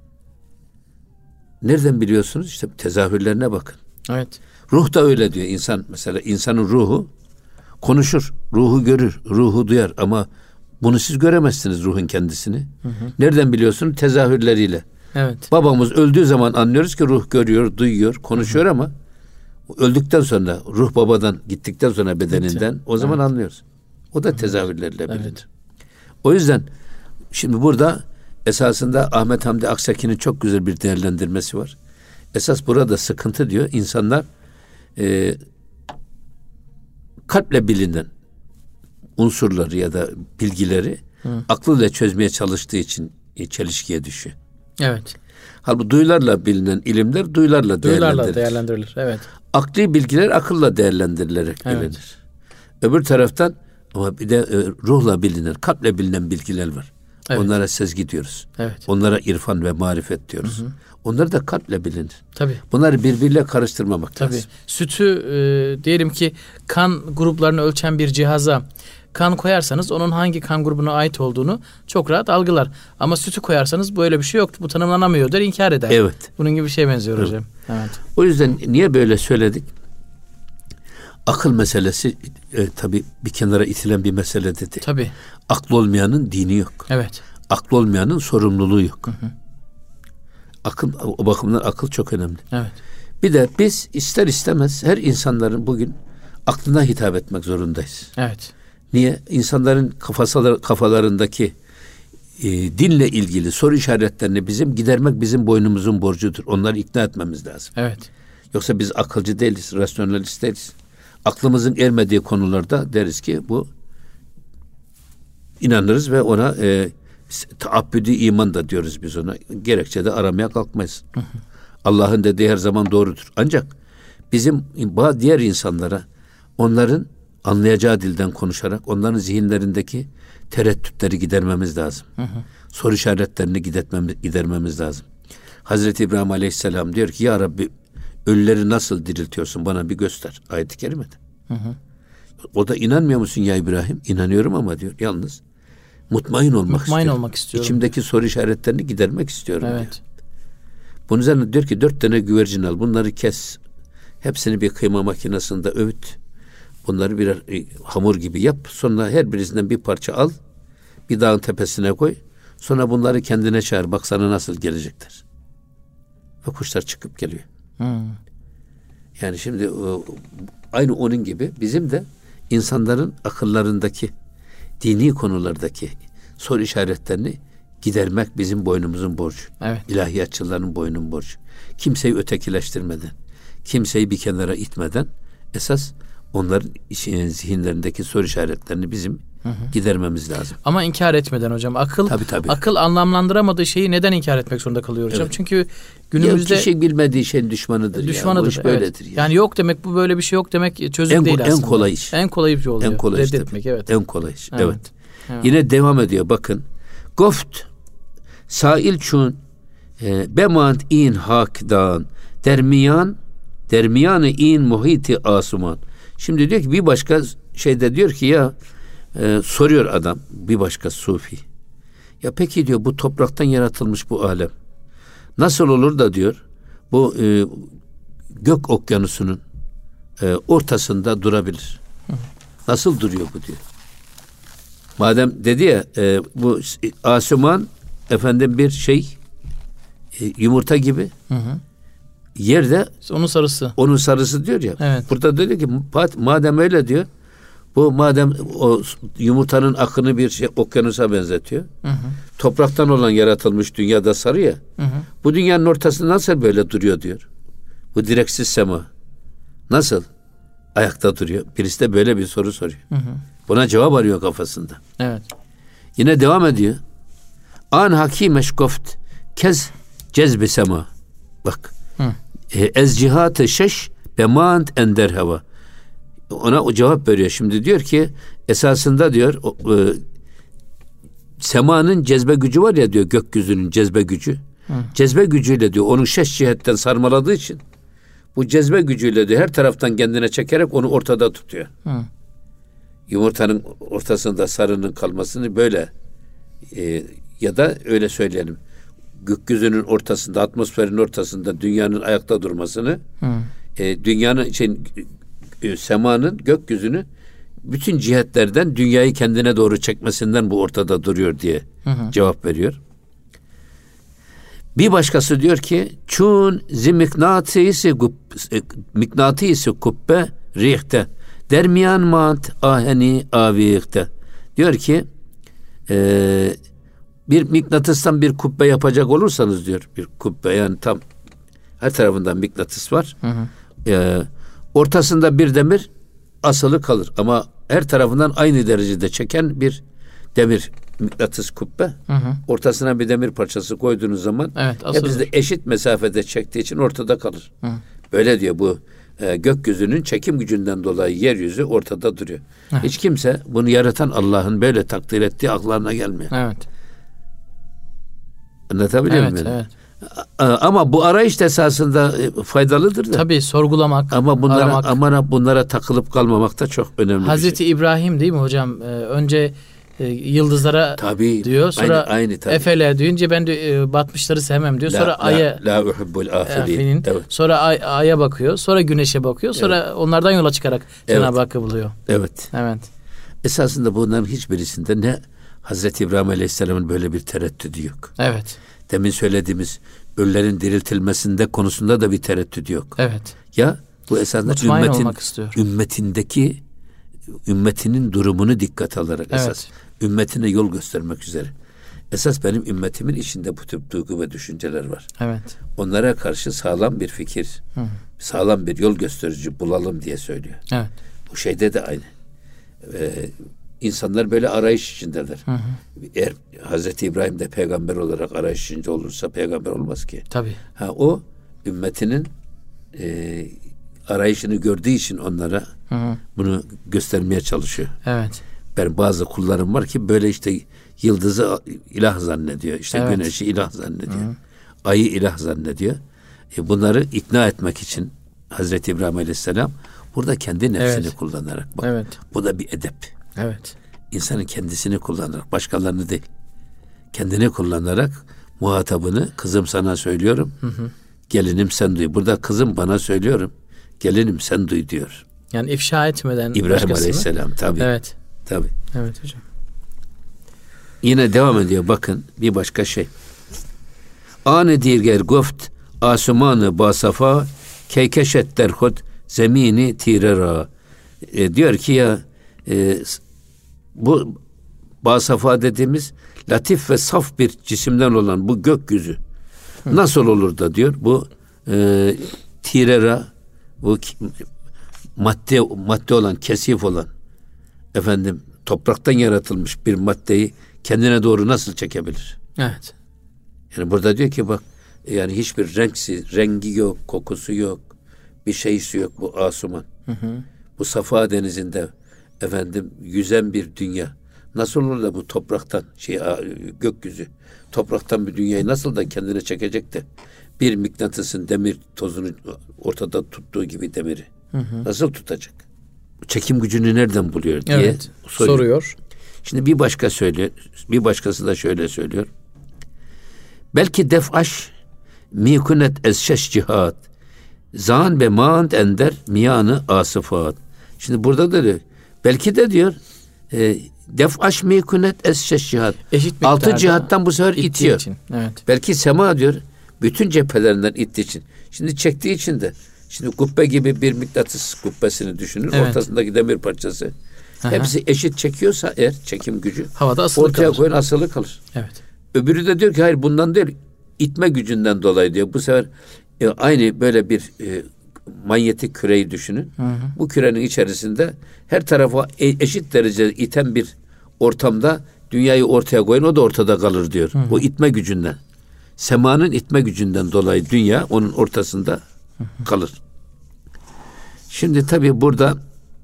S2: Nereden biliyorsunuz? İşte tezahürlerine bakın. Evet. Ruh da öyle diyor. İnsan mesela insanın ruhu konuşur, ruhu görür, ruhu duyar ama bunu siz göremezsiniz ruhun kendisini. Hı hı. Nereden biliyorsunuz? Tezahürleriyle. Evet. Babamız öldüğü zaman anlıyoruz ki ruh görüyor, duyuyor, konuşuyor, hı hı, ama öldükten sonra ruh babadan gittikten sonra bedeninden Gitti. o zaman evet, anlıyoruz. O da tezahürlerle bilinir. Evet. O yüzden şimdi burada esasında Ahmet Hamdi Aksaki'nin çok güzel bir değerlendirmesi var. Esas burada sıkıntı diyor. İnsanlar e, kalple bilinen unsurları ya da bilgileri hı, aklıyla çözmeye çalıştığı için e, çelişkiye düşüyor. Evet. Halbuki duyularla bilinen ilimler duyularla, duyularla değerlendirilir. değerlendirilir. Evet. Akli bilgiler akılla değerlendirilerek evet, bilinir. Öbür taraftan ama bir de e, ruhla bilinen, kalple bilinen bilgiler var. Evet. Onlara sezgi diyoruz. Evet. Onlara irfan ve marifet diyoruz. Hı hı. Onlar da kalple bilinir. Tabii. Bunları birbiriyle karıştırmamak Tabii. lazım. Sütü e, diyelim ki kan gruplarını ölçen bir cihaza kan koyarsanız onun hangi kan grubuna ait olduğunu çok rahat algılar. Ama sütü koyarsanız böyle bir şey yok. Bu tanımlanamıyor der, inkar eder. Evet. Bunun gibi bir şey benziyor evet, hocam. Evet. O yüzden niye böyle söyledik? Akıl meselesi e, tabii bir kenara itilen bir mesele dedi. Tabii. Aklı olmayanın dini yok. Evet. Aklı olmayanın sorumluluğu yok. Hı hı. Akıl, o bakımdan akıl çok önemli. Evet. Bir de biz ister istemez her insanların bugün aklına hitap etmek zorundayız. Evet. Niye? İnsanların kafası, kafalarındaki e, dinle ilgili soru işaretlerini bizim gidermek bizim boynumuzun borcudur. Onları ikna etmemiz lazım. Evet. Yoksa biz akılcı değiliz, rasyonalist değiliz. Aklımızın ermediği konularda deriz ki bu inanırız ve ona e, taabbüdü iman da diyoruz biz ona. Gerekçe de aramaya kalkmayız. Hı hı. Allah'ın dediği her zaman doğrudur. Ancak bizim bazı diğer insanlara onların anlayacağı dilden konuşarak onların zihinlerindeki tereddütleri gidermemiz lazım. Hı hı. Soru işaretlerini gidermemiz, gidermemiz lazım. Hazreti İbrahim Aleyhisselam diyor ki ya Rabbi ölüleri nasıl diriltiyorsun bana bir göster. Ayet-i kerimede. Hı hı. O da inanmıyor musun ya İbrahim? İnanıyorum ama diyor yalnız mutmain olmak
S1: mutmain
S2: istiyorum.
S1: olmak istiyorum.
S2: İçimdeki soru işaretlerini gidermek istiyorum
S1: evet.
S2: diyor. Bunun üzerine diyor ki dört tane güvercin al. Bunları kes. Hepsini bir kıyma makinesinde öğüt. Bunları birer e, hamur gibi yap. Sonra her birisinden bir parça al. Bir dağın tepesine koy. Sonra bunları kendine çağır. Bak sana nasıl gelecekler. Ve kuşlar çıkıp geliyor. Hmm. Yani şimdi o, aynı onun gibi bizim de insanların akıllarındaki dini konulardaki soru işaretlerini gidermek bizim boynumuzun borcu.
S1: Evet.
S2: İlahiyatçıların boynunun borcu. Kimseyi ötekileştirmeden, kimseyi bir kenara itmeden esas onların zihinlerindeki soru işaretlerini bizim hı hı. gidermemiz lazım.
S1: Ama inkar etmeden hocam. Akıl
S2: tabii, tabii.
S1: akıl anlamlandıramadığı şeyi neden inkar etmek zorunda kalıyor hocam? Evet. Çünkü günümüzde
S2: ya kişi bilmediği şeyin düşmanıdır.
S1: Düşmanıdır.
S2: Ya. Bu iş
S1: evet.
S2: böyledir.
S1: Yani. yani yok demek, bu böyle bir şey yok demek çözüm
S2: en,
S1: değil aslında.
S2: En kolay iş.
S1: En kolay bir şey oluyor.
S2: En kolay iş.
S1: Reddetmek, evet.
S2: En kolay iş. Evet.
S1: Evet. evet.
S2: Yine devam ediyor bakın. Goft sail çun e, bemant in hakdan dermiyan dermiyanı in muhiti asuman. Şimdi diyor ki bir başka şeyde diyor ki ya e, soruyor adam bir başka sufi. Ya peki diyor bu topraktan yaratılmış bu alem nasıl olur da diyor bu e, gök okyanusunun e, ortasında durabilir. Nasıl duruyor bu diyor. Madem dedi ya e, bu asuman efendim bir şey e, yumurta gibi. Hı hı. Yerde
S1: onun sarısı.
S2: Onun sarısı diyor ya.
S1: Evet.
S2: Burada diyor ki madem öyle diyor. Bu madem o yumurtanın akını bir şey okyanusa benzetiyor. Hı hı. Topraktan olan yaratılmış dünyada sarı ya. Hı hı. Bu dünyanın ortasında nasıl böyle duruyor diyor. Bu direksiz sema. Nasıl ayakta duruyor? Birisi de böyle bir soru soruyor. Hı hı. Buna cevap arıyor kafasında.
S1: Evet.
S2: Yine devam ediyor. An hakimeş goft kez cezbi sema. Bak. Ez cihatı şeş bemant ender hava. Ona o cevap veriyor. Şimdi diyor ki esasında diyor o, e, semanın cezbe gücü var ya diyor, gökyüzünün cezbe gücü. Hı. Cezbe gücüyle diyor onun şeş cihetten sarmaladığı için bu cezbe gücüyle diyor her taraftan kendine çekerek onu ortada tutuyor. Hı. Yumurtanın ortasında sarının kalmasını böyle e, ya da öyle söyleyelim. Gökyüzünün ortasında, atmosferin ortasında dünyanın ayakta durmasını, e, dünyanın şey, e, semanın gökyüzünü bütün cihetlerden dünyayı kendine doğru çekmesinden bu ortada duruyor diye hı hı. cevap veriyor. Bir başkası diyor ki çun zimiknatisi miknatisi kubbe rihte dermiyan mant aheni avikte. Diyor ki eee bir mıknatıstan bir kubbe yapacak olursanız diyor, bir kubbe yani tam her tarafından mıknatıs var. Hı hı. Ee, ortasında bir demir asılı kalır ama her tarafından aynı derecede çeken bir demir mıknatıs kubbe. Hı hı. Ortasına bir demir parçası koyduğunuz zaman evet, hepsi de eşit mesafede çektiği için ortada kalır. Hı. Böyle diyor bu e, gökyüzünün çekim gücünden dolayı yeryüzü ortada duruyor. Hı. Hiç kimse bunu yaratan Allah'ın böyle takdir ettiği aklına gelmiyor. Evet. Anlatabiliyor
S1: evet,
S2: muyum?
S1: Evet.
S2: Ama bu arayış esasında faydalıdır da.
S1: Tabii sorgulamak,
S2: ama bunlara
S1: aramak.
S2: Ama bunlara takılıp kalmamak da çok önemli.
S1: Hazreti
S2: bir şey.
S1: İbrahim değil mi hocam? Ee, önce e, yıldızlara
S2: tabii,
S1: diyor. Sonra
S2: aynı, aynı, tabii.
S1: Efele deyince ben de e, batmışları sevmem diyor. Sonra la, aya
S2: la uhibbul afilin. Evet.
S1: Sonra ay, aya bakıyor. Sonra güneşe bakıyor. Sonra evet. onlardan yola çıkarak evet. Cenab-ı Hakk'ı buluyor.
S2: Evet.
S1: Evet.
S2: Esasında bunların hiçbirisinde ne Hazreti İbrahim Aleyhisselam'ın böyle bir tereddüdü yok.
S1: Evet.
S2: Demin söylediğimiz ölülerin diriltilmesinde konusunda da bir tereddüt yok.
S1: Evet.
S2: Ya bu esasında
S1: Mutmain
S2: ümmetin
S1: olmak
S2: ümmetindeki ümmetinin durumunu dikkate alarak
S1: evet.
S2: esas ümmetine yol göstermek üzere. Esas benim ümmetimin içinde bu tip duygu ve düşünceler var.
S1: Evet.
S2: Onlara karşı sağlam bir fikir, Hı. sağlam bir yol gösterici bulalım diye söylüyor.
S1: Evet.
S2: Bu şeyde de aynı. Ee, insanlar böyle arayış içindeler.
S1: Hı hı.
S2: Eğer Hazreti İbrahim de peygamber olarak arayış içinde olursa peygamber olmaz ki.
S1: Tabii.
S2: Ha, o ümmetinin e, arayışını gördüğü için onlara hı hı. bunu göstermeye çalışıyor.
S1: Evet.
S2: Ben bazı kullarım var ki böyle işte yıldızı ilah zannediyor. İşte
S1: evet.
S2: güneşi ilah zannediyor. Hı. Ayı ilah zannediyor. E bunları ikna etmek için Hazreti İbrahim Aleyhisselam burada kendi nefsini evet. kullanarak. Bak,
S1: evet.
S2: bu da bir edep.
S1: Evet.
S2: İnsanın kendisini kullanarak, başkalarını değil. Kendini kullanarak muhatabını, kızım sana söylüyorum. Hı hı. Gelinim sen duy. Burada kızım bana söylüyorum. Gelinim sen duy diyor.
S1: Yani ifşa etmeden
S2: İbrahim Aleyhisselam tabii.
S1: Evet.
S2: Tabii.
S1: Evet hocam.
S2: Yine devam ediyor bakın bir başka şey. Ane dirger goft asumanı basafa keykeşet derhut zemini tirera. E, diyor ki ya e, bu basafa dediğimiz latif ve saf bir cisimden olan bu gökyüzü Hı. nasıl olur da diyor bu e, tirera, bu madde madde olan, kesif olan, efendim topraktan yaratılmış bir maddeyi kendine doğru nasıl çekebilir?
S1: Evet.
S2: Yani burada diyor ki bak, yani hiçbir renksi, rengi yok, kokusu yok, bir şeysi yok bu asuman. Hı hı. Bu Safa denizinde efendim yüzen bir dünya. Nasıl olur da bu topraktan, şey gökyüzü, topraktan bir dünyayı nasıl da kendine çekecek de bir mıknatısın demir tozunu ortada tuttuğu gibi demiri. Hı hı. Nasıl tutacak? Çekim gücünü nereden buluyor diye
S1: evet, soruyor. soruyor.
S2: Şimdi bir başka söylüyor, bir başkası da şöyle söylüyor. Belki defaş mikunet ezşeş cihat zan be mand ender miyanı asıfat. Şimdi burada da diyor, belki de diyor e, defaş mikunet ezşeş cihat altı cihattan bu sefer itiyor.
S1: Için. Evet.
S2: Belki sema diyor bütün cephelerinden ittiği için. Şimdi çektiği için de şimdi kubbe gibi bir mıknatıs kubbesini düşünün. Evet. Ortasındaki demir parçası. Aha. Hepsi eşit çekiyorsa eğer çekim gücü
S1: havada asılı
S2: ortaya
S1: kalır.
S2: koyun asılı kalır.
S1: Evet.
S2: Öbürü de diyor ki hayır bundan değil, itme gücünden dolayı diyor. Bu sefer e, aynı böyle bir e, manyetik küreyi düşünün. Hı hı. Bu kürenin içerisinde her tarafa e, eşit derecede iten bir ortamda dünyayı ortaya koyun, o da ortada kalır diyor. Hı hı. O itme gücünden. Semanın itme gücünden dolayı dünya onun ortasında hı hı. kalır. Şimdi tabii burada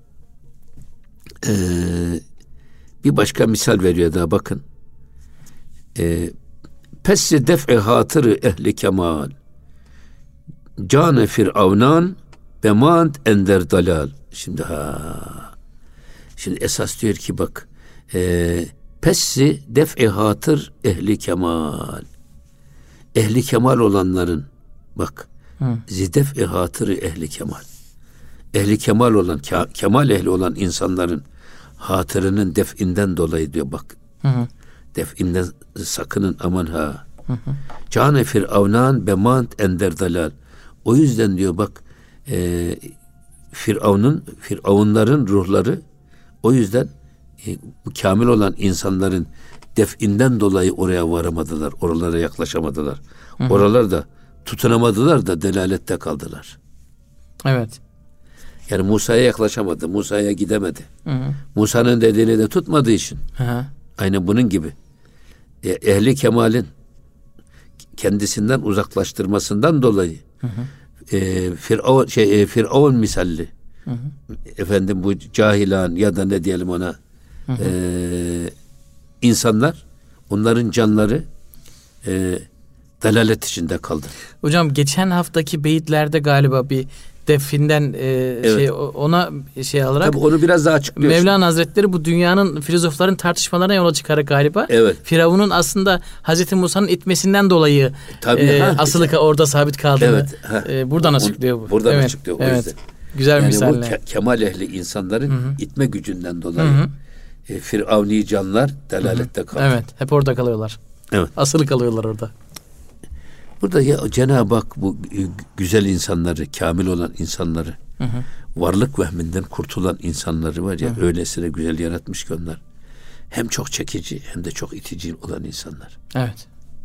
S2: e, bir başka misal veriyor daha bakın. E, Pessi def'i hatırı ehli kemal cane firavnan bemant ender dalal. Şimdi ha şimdi esas diyor ki bak e, pessi def'i hatır ehli kemal, ehli kemal olanların bak zidef'i hatırı ehli kemal, ehli kemal olan ke- kemal ehli olan insanların hatırının def'inden dolayı diyor bak. Hı hı. Def'inden sakının aman ha. Cane firavnan bemant ender dalal. O yüzden diyor bak e, Firavun'un Firavunların ruhları o yüzden e, bu kamil olan insanların def'inden dolayı oraya varamadılar. Oralara yaklaşamadılar. Hı hı. Oralarda tutunamadılar da delalette kaldılar.
S1: Evet.
S2: Yani Musa'ya yaklaşamadı. Musa'ya gidemedi. Hı hı. Musa'nın dediğini de tutmadığı için. Hı hı. Aynı bunun gibi. Ehli kemalin kendisinden uzaklaştırmasından dolayı hı hı. E, Firavun şey e, Firavun misalli hı hı. efendim bu cahilan ya da ne diyelim ona hı hı. E, insanlar onların canları e, dalalet içinde kaldı.
S1: Hocam geçen haftaki beyitlerde galiba bir definden e, evet. şey ona şey alarak
S2: tabii onu biraz daha açıklıyor.
S1: Mevlana Hazretleri bu dünyanın filozofların tartışmalarına yola çıkarak galiba evet. Firavun'un aslında Hazreti Musa'nın itmesinden dolayı tabii, e, ha, asılı işte. orada sabit kaldığını evet, e, buradan açıklıyor bu.
S2: Buradan
S1: evet,
S2: açıklıyor o
S1: evet.
S2: yüzden.
S1: Güzel
S2: yani
S1: misaller.
S2: Bu ke- kemal ehli insanların Hı-hı. itme gücünden dolayı Hı-hı. e, Firavuni canlar delalette kaldı.
S1: Evet, hep orada kalıyorlar. Evet. Asılı kalıyorlar orada.
S2: Burada ya Cenab-ı Hak bu güzel insanları, kamil olan insanları, hı hı. varlık vehminden kurtulan insanları var ya, hı hı. öylesine güzel yaratmış ki onlar. Hem çok çekici hem de çok itici olan insanlar.
S1: Evet.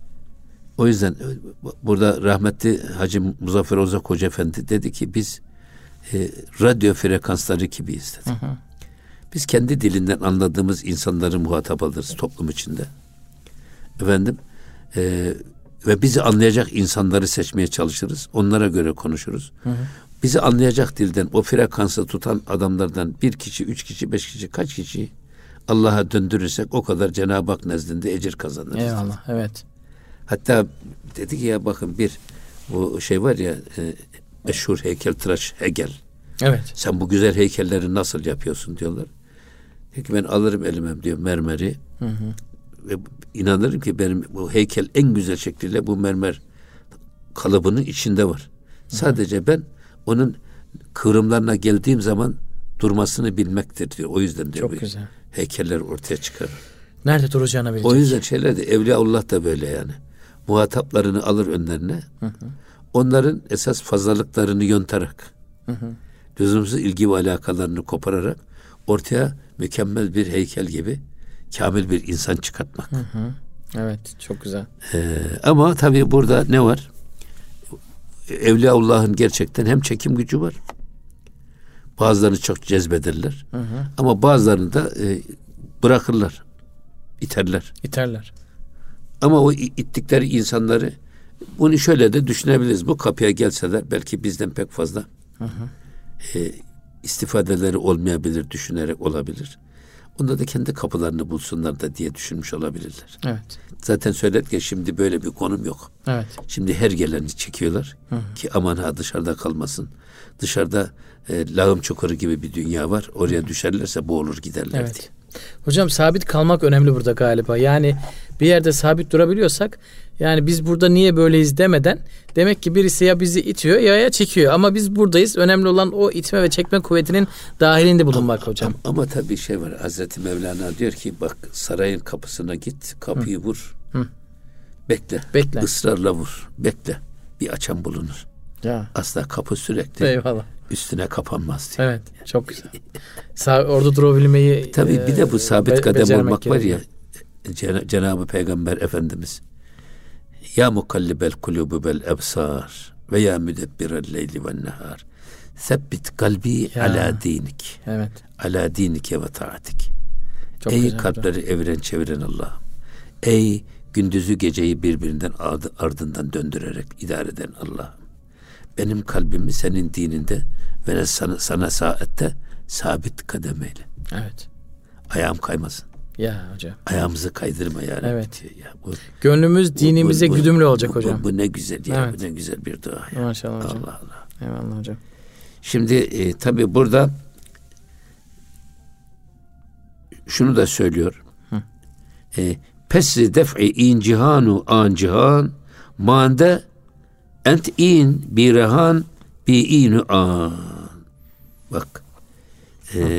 S2: O yüzden burada rahmetli Hacı Muzaffer Ozak Hoca Efendi dedi ki biz e, radyo frekansları gibiyiz dedi. Hı hı. Biz kendi dilinden anladığımız insanları muhatap alırız toplum içinde. Efendim e, ve bizi anlayacak insanları seçmeye çalışırız. Onlara göre konuşuruz. Hı hı. Bizi anlayacak dilden, o frekansı tutan adamlardan bir kişi, üç kişi, beş kişi, kaç kişi Allah'a döndürürsek o kadar Cenab-ı Hak nezdinde ecir kazanırız.
S1: Eyvallah, evet.
S2: Hatta dedi ki ya bakın bir bu şey var ya e, meşhur heykeltıraş Hegel.
S1: Evet.
S2: Sen bu güzel heykelleri nasıl yapıyorsun diyorlar. Diyor ki ben alırım elime diyor mermeri. Hı hı. Ve inanırım ki benim bu heykel en güzel şekliyle bu mermer kalıbının içinde var. Hı hı. Sadece ben onun kıvrımlarına geldiğim zaman durmasını bilmektir diyor. O yüzden diyor.
S1: Çok güzel.
S2: Heykeller ortaya çıkar.
S1: Nerede duracağını bilecek.
S2: O yüzden şeyler de Evliyaullah da böyle yani. Muhataplarını alır önlerine. Hı hı. Onların esas fazlalıklarını yontarak, hı hı. lüzumsuz ilgi ve alakalarını kopararak ortaya mükemmel bir heykel gibi kamil bir insan çıkartmak.
S1: Hı hı. Evet, çok güzel.
S2: Ee, ama tabii burada ne var? Evliyaullah'ın gerçekten hem çekim gücü var. Bazılarını çok cezbederler. Hı hı. Ama bazılarını da e, bırakırlar. İterler.
S1: İterler.
S2: Ama o ittikleri insanları bunu şöyle de düşünebiliriz. Bu kapıya gelseler belki bizden pek fazla hı hı. E, istifadeleri olmayabilir, düşünerek olabilir. Onda da kendi kapılarını bulsunlar da diye düşünmüş olabilirler.
S1: Evet.
S2: Zaten söyledik ya şimdi böyle bir konum yok.
S1: Evet.
S2: Şimdi her geleni çekiyorlar hı hı. ki aman ha dışarıda kalmasın. Dışarıda e, lağım çukuru gibi bir dünya var. Oraya hı. düşerlerse boğulur giderler
S1: evet.
S2: diye.
S1: Hocam sabit kalmak önemli burada galiba. Yani bir yerde sabit durabiliyorsak yani biz burada niye böyleyiz demeden demek ki birisi ya bizi itiyor ya ya çekiyor. Ama biz buradayız. Önemli olan o itme ve çekme kuvvetinin dahilinde bulunmak ama, hocam.
S2: Ama, ama tabii şey var. Hazreti Mevlana diyor ki bak sarayın kapısına git. Kapıyı Hı. vur. Hı. Bekle. Bekle. Israrla vur. Bekle. Bir açan bulunur. Ya. Asla kapı sürekli Eyvallah. üstüne kapanmaz diyor.
S1: Evet. Çok güzel. Orada durabilmeyi
S2: tabii e, bir de bu sabit be- kadem olmak gerekiyor. Var ya Cen- Cenab-ı Peygamber Efendimiz ya mukallibel kulubu bel ebsar ve ya müdebbirel leyli ven nehar sebbit kalbi ya. ala dinik. Evet. Ala dinike ve taatik. Çok Ey kalpleri hocam. evren çeviren Allah. Ey gündüzü geceyi birbirinden ardından döndürerek idare eden Allah. Benim kalbimi senin dininde ve sana, sana saate sabit kademeyle. Evet. Ayağım kaymasın.
S1: Ya hocam.
S2: Ayağımızı kaydırma ya.
S1: Evet. Ya, bu, Gönlümüz dinimize bu, bu, güdümlü olacak
S2: bu,
S1: hocam.
S2: Bu, bu ne güzel ya. Evet. Bu ne güzel bir dua ya.
S1: Maşallah hocam.
S2: Allah Allah.
S1: Eyvallah hocam.
S2: Şimdi e, tabii burada şunu da söylüyor. E, Pesri def'i in cihanu an cihan mande ent in birehan bi inu an. Bak. E,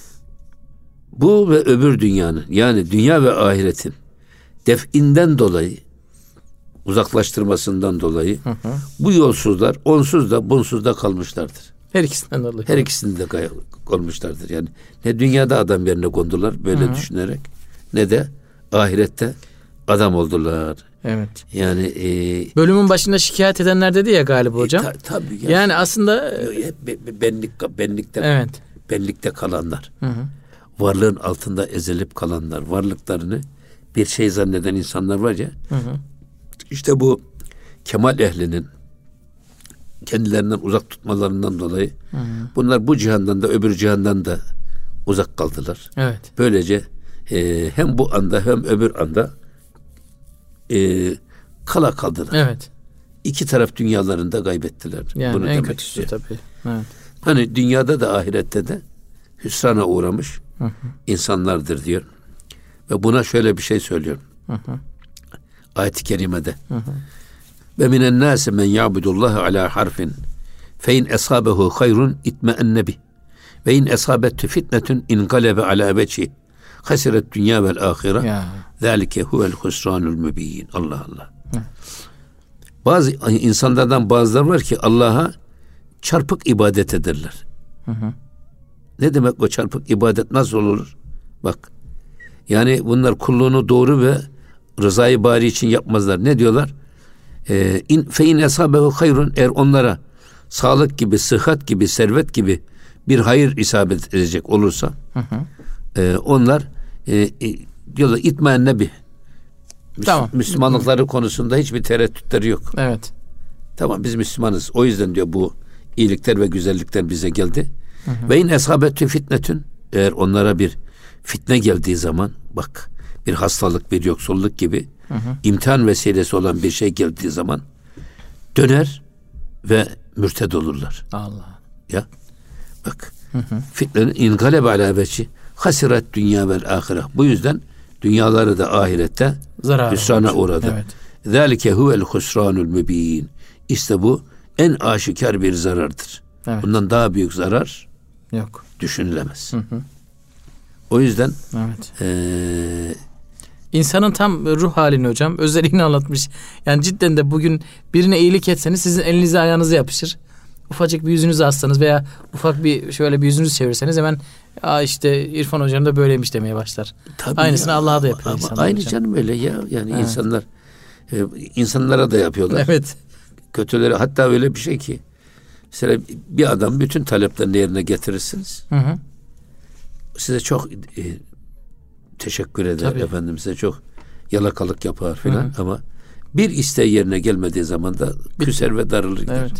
S2: bu ve öbür dünyanın yani dünya ve ahiretin def'inden dolayı uzaklaştırmasından dolayı hı hı. bu yolsuzlar onsuz da bunsuz da kalmışlardır.
S1: Her ikisinden dolayı.
S2: Her ikisinde de kay- olmuşlardır. Yani ne dünyada adam yerine kondular böyle hı hı. düşünerek ne de ahirette adam oldular.
S1: Evet.
S2: Yani e,
S1: bölümün başında şikayet edenler dedi ya galiba hocam. E, ta,
S2: tabii.
S1: Yani, yani aslında
S2: hep benlik benlikte
S1: evet.
S2: benlikte kalanlar.
S1: Hı hı.
S2: Varlığın altında ezilip kalanlar, varlıklarını bir şey zanneden insanlar var ya. Hı hı. İşte bu kemal ehlinin kendilerinden uzak tutmalarından dolayı hı hı. bunlar bu cihandan da öbür cihandan da uzak kaldılar.
S1: Evet.
S2: Böylece e, hem bu anda hem öbür anda e, kala kaldılar.
S1: Evet.
S2: İki taraf dünyalarında kaybettiler.
S1: Yani
S2: bunu
S1: en kötüsü istiyor. Tabii. Evet.
S2: Hani dünyada da ahirette de hüsrana uğramış hı hı. insanlardır diyor. Ve buna şöyle bir şey söylüyor. Hı hı. Ayet-i kerimede. Ve minen nâse men ya'budullaha ala harfin fe in esabehu hayrun itme'enne bih ve in esabethu fitnetun inqalebe ala vecihi hasiret dünya vel ahire zalike huvel husranul mübin. Allah Allah. Hı. Bazı insanlardan bazılar var ki Allah'a çarpık ibadet ederler. Hı hı. Ne demek o çarpık ibadet nasıl olur? Bak. Yani bunlar kulluğunu doğru ve rızayı bari için yapmazlar. Ne diyorlar? Ee, in fe in esabehu hayrun eğer onlara sağlık gibi, sıhhat gibi, servet gibi bir hayır isabet edecek olursa hı hı. e, onlar e, e, diyorlar itmaenne bir. Müs-
S1: Tamam.
S2: Müslümanlıkları konusunda hiçbir tereddütleri yok.
S1: Evet.
S2: Tamam, biz Müslümanız. O yüzden diyor bu iyilikler ve güzellikler bize geldi. Ve in eshabetü fitnetün, eğer onlara bir fitne geldiği zaman, bak bir hastalık, bir yoksulluk gibi hı hı. imtihan vesilesi olan bir şey geldiği zaman döner ve mürted olurlar.
S1: Allah.
S2: Ya bak, hı hı. fitnenin ingalebe ala veci hasiret dünya vel ahire. Bu yüzden dünyaları da ahirette
S1: zarar
S2: hüsrana uğradı.
S1: Evet.
S2: Zalike huvel husranul mübin. İşte bu en aşikar bir zarardır. Evet. Bundan daha büyük zarar
S1: yok.
S2: Düşünülemez. Hı hı. O yüzden
S1: evet.
S2: Ee,
S1: insanın tam ruh halini hocam özelliğini anlatmış. Yani cidden de bugün birine iyilik etseniz sizin elinize ayağınıza yapışır. Ufacık bir yüzünüzü assanız veya ufak bir şöyle bir yüzünüzü çevirseniz hemen aa işte İrfan hocam da böyleymiş demeye başlar. Tabii aynısını ya, Allah'a da yapıyor
S2: ama aynı hocam. Canım öyle ya. Yani evet. insanlar e, insanlara da yapıyorlar.
S1: Evet.
S2: Kötüleri, hatta öyle bir şey ki mesela bir adam bütün taleplerini yerine getirirsiniz. Hı hı. Size çok e, teşekkür eder. Tabii. Efendim size çok yalakalık yapar filan, hı hı. ama bir isteği yerine gelmediği zaman da küser ve darılır gider. Evet.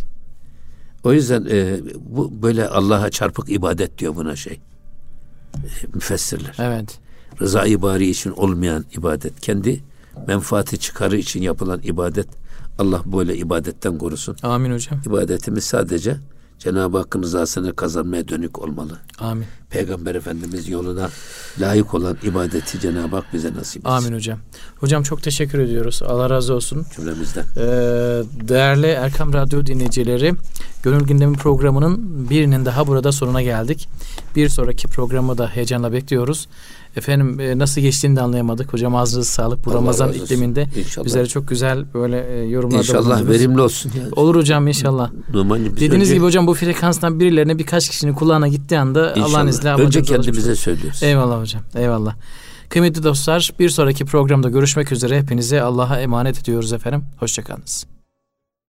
S2: O yüzden e, bu böyle Allah'a çarpık ibadet diyor buna şey. E, müfessirler.
S1: Evet.
S2: Rıza-i bari için olmayan ibadet, kendi menfaati çıkarı için yapılan ibadet, Allah böyle ibadetten korusun.
S1: Amin hocam.
S2: İbadetimiz sadece Cenab-ı Hakk'ın rızasını kazanmaya dönük olmalı.
S1: Amin.
S2: Peygamber Efendimiz yoluna layık olan ibadeti Cenab-ı Hak bize nasip etsin.
S1: Amin hocam. Hocam çok teşekkür ediyoruz. Allah razı olsun.
S2: Cümlemizden.
S1: Ee, değerli Erkam Radyo dinleyicileri, Gönül Gündemi programının birinin daha burada sonuna geldik. Bir sonraki programı da heyecanla bekliyoruz. Efendim e, nasıl geçtiğini de anlayamadık. Hocam ağzınıza sağlık. Bu Allah Ramazan ikliminde bizlere çok güzel böyle e, yorumlarda
S2: İnşallah bulundunuz. Verimli olsun. Yani.
S1: Olur hocam inşallah. Dediğiniz önce, gibi hocam bu frekanstan birilerine birkaç kişinin kulağına gittiği anda Allah'ın izniyle
S2: önce kendimize söylüyoruz.
S1: Eyvallah hocam. Eyvallah. Kıymetli dostlar, bir sonraki programda görüşmek üzere. Hepinize Allah'a emanet ediyoruz efendim. Hoşçakalınız.